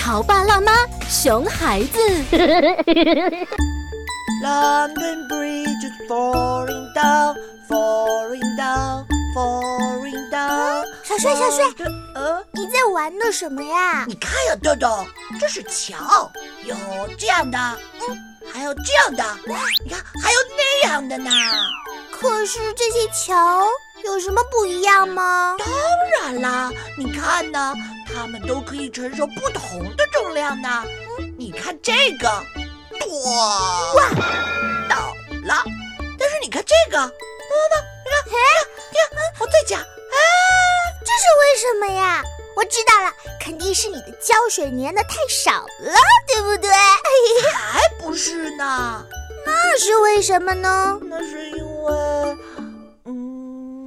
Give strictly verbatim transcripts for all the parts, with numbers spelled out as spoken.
潮爸辣妈熊孩子。 London Bridge is falling down, falling down, falling down。 小帅，小帅， 呃， 你在玩的什么呀？ 你看呀，豆豆，这是桥，有这样的，嗯，还有这样的，你看，还有那样的呢。 可是这些桥有什么不一样吗？ 当然啦，你看呢，它们都可以承受不同的重量呢。嗯，你看这个，哇哇，倒了。但是你看这个，妈妈，你看，你看，你看，我再讲，啊， 这是为什么呀？我知道了，肯定是你的胶水粘得太少了，对不对？ 还不是呢。 那是为什么呢？ 那是因为，嗯。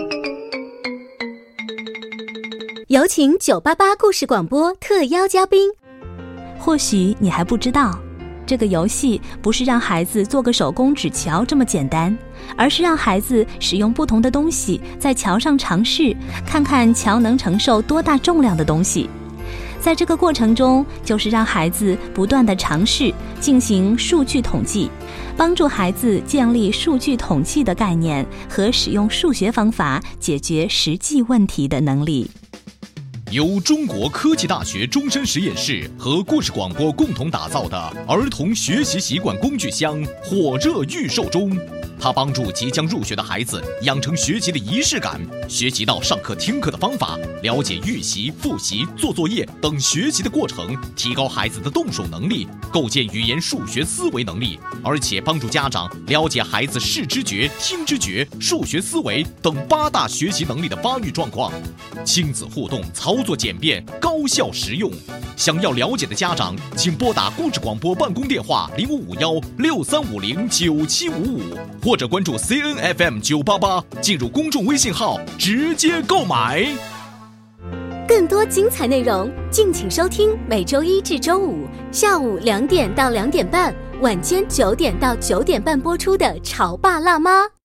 有请九八八故事广播特邀嘉宾。 或许你还不知道，这个游戏不是让孩子做个手工纸桥这么简单，而是让孩子使用不同的东西在桥上尝试，看看桥能承受多大重量的东西。在这个过程中，就是让孩子不断地尝试进行数据统计，帮助孩子建立数据统计的概念和使用数学方法解决实际问题的能力。 由中国科技大学终身实验室和故事广播共同打造的儿童学习习惯工具箱火热预售中。它帮助即将入学的孩子养成学习的仪式感，学习到上课听课的方法，了解预习、复习、做作业等学习的过程，提高孩子的动手能力，构建语言数学思维能力，而且帮助家长了解孩子视知觉、听知觉、数学思维等八大学习能力的发育状况。亲子互动，操作简便，高效实用。想要了解的家长，请拨打故事广播办公电话零五五幺六三五零九七五五，或者关注 C N F M 九八八，进入公众微信号直接购买。 更多精彩内容，敬请收听每周一至周五下午两点到两点半，晚间九点到九点半播出的《潮爸辣妈》。